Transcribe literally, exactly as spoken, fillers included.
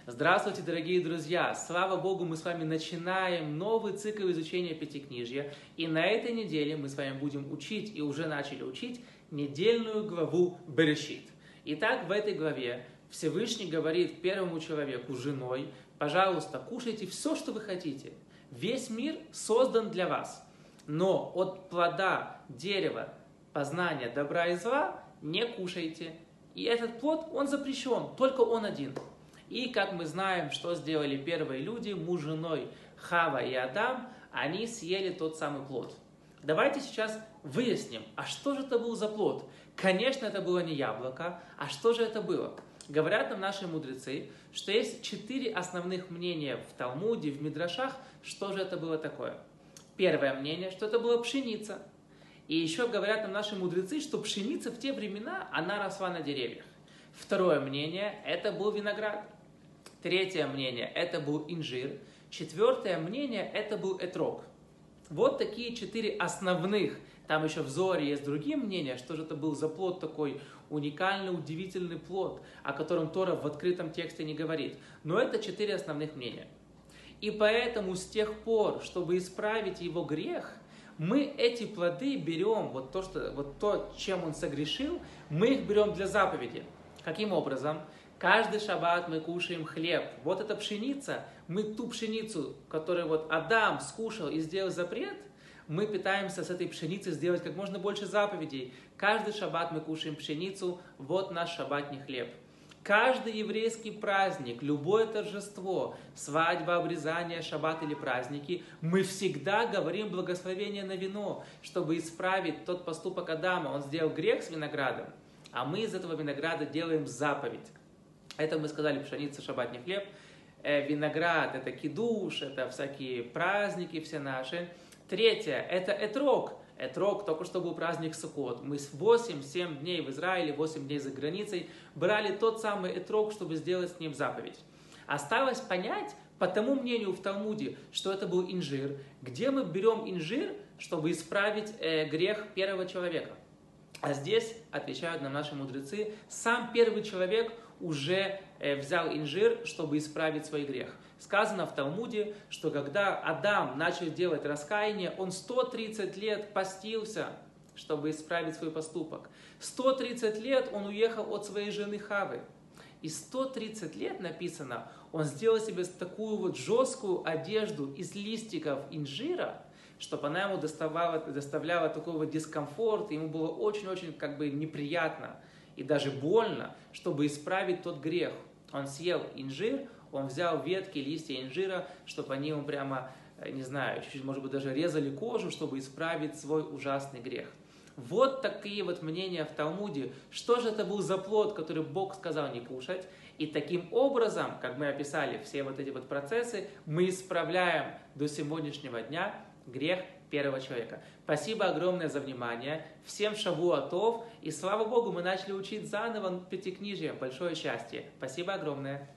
Здравствуйте, дорогие друзья! Слава Богу, мы с вами начинаем новый цикл изучения Пятикнижья. И на этой неделе мы с вами будем учить, и уже начали учить, недельную главу Берешит. Итак, в этой главе Всевышний говорит первому человеку, женой: пожалуйста, кушайте все, что вы хотите. Весь мир создан для вас. Но от плода дерева познания добра и зла не кушайте. И этот плод, он запрещен, только он один. И, как мы знаем, что сделали первые люди, муж с женой Хава и Адам, они съели тот самый плод. Давайте сейчас выясним, а что же это был за плод? Конечно, это было не яблоко, а что же это было? Говорят нам наши мудрецы, что есть четыре основных мнения в Талмуде, в Мидрашах, что же это было такое. Первое мнение, что это была пшеница. И еще говорят нам наши мудрецы, что пшеница в те времена, она росла на деревьях. Второе мнение, это был виноград. Третье мнение, это был инжир. Четвертое мнение, это был этрог. Вот такие четыре основных. Там еще в Зоре есть другие мнения, что же это был за плод такой уникальный, удивительный плод, о котором Тора в открытом тексте не говорит. Но это четыре основных мнения. И поэтому с тех пор, чтобы исправить его грех, мы эти плоды берем, вот то, что, вот то, чем он согрешил, мы их берем для заповеди. Каким образом? Каждый шаббат мы кушаем хлеб. Вот эта пшеница, мы ту пшеницу, которую вот Адам скушал и сделал запрет, мы пытаемся с этой пшеницей сделать как можно больше заповедей. Каждый шаббат мы кушаем пшеницу, вот наш шаббатний хлеб. Каждый еврейский праздник, любое торжество, свадьба, обрезание, шаббат или праздники, мы всегда говорим благословение на вино, чтобы исправить тот поступок Адама. Он сделал грех с виноградом, а мы из этого винограда делаем заповедь. Это мы сказали пшеница, шаббатный хлеб. Э, виноград – это кидуш, это всякие праздники все наши. Третье – это этрог. Этрог, только что был праздник Суккот. Мы с восемь-семь дней в Израиле, восемь дней за границей брали тот самый этрог, чтобы сделать с ним заповедь. Осталось понять, по тому мнению в Талмуде, что это был инжир. Где мы берем инжир, чтобы исправить э, грех первого человека? А здесь, отвечают нам наши мудрецы, сам первый человек уже э, взял инжир, чтобы исправить свой грех. Сказано в Талмуде, что когда Адам начал делать раскаяние, он сто тридцать лет постился, чтобы исправить свой поступок. сто тридцать лет он уехал от своей жены Хавы. И сто тридцать лет, написано, он сделал себе такую вот жесткую одежду из листиков инжира, чтобы она ему доставала, доставляла такой вот дискомфорт, ему было очень-очень как бы неприятно и даже больно, чтобы исправить тот грех. Он съел инжир, он взял ветки, листья инжира, чтобы они ему прямо, не знаю, чуть-чуть, может быть, даже резали кожу, чтобы исправить свой ужасный грех. Вот такие вот мнения в Талмуде. Что же это был за плод, который Бог сказал не кушать? И таким образом, как мы описали все вот эти вот процессы, мы исправляем до сегодняшнего дня грех первого человека. Спасибо огромное за внимание. Всем шавуа тов. И слава Богу, мы начали учить заново Пятикнижие. Большое счастье. Спасибо огромное.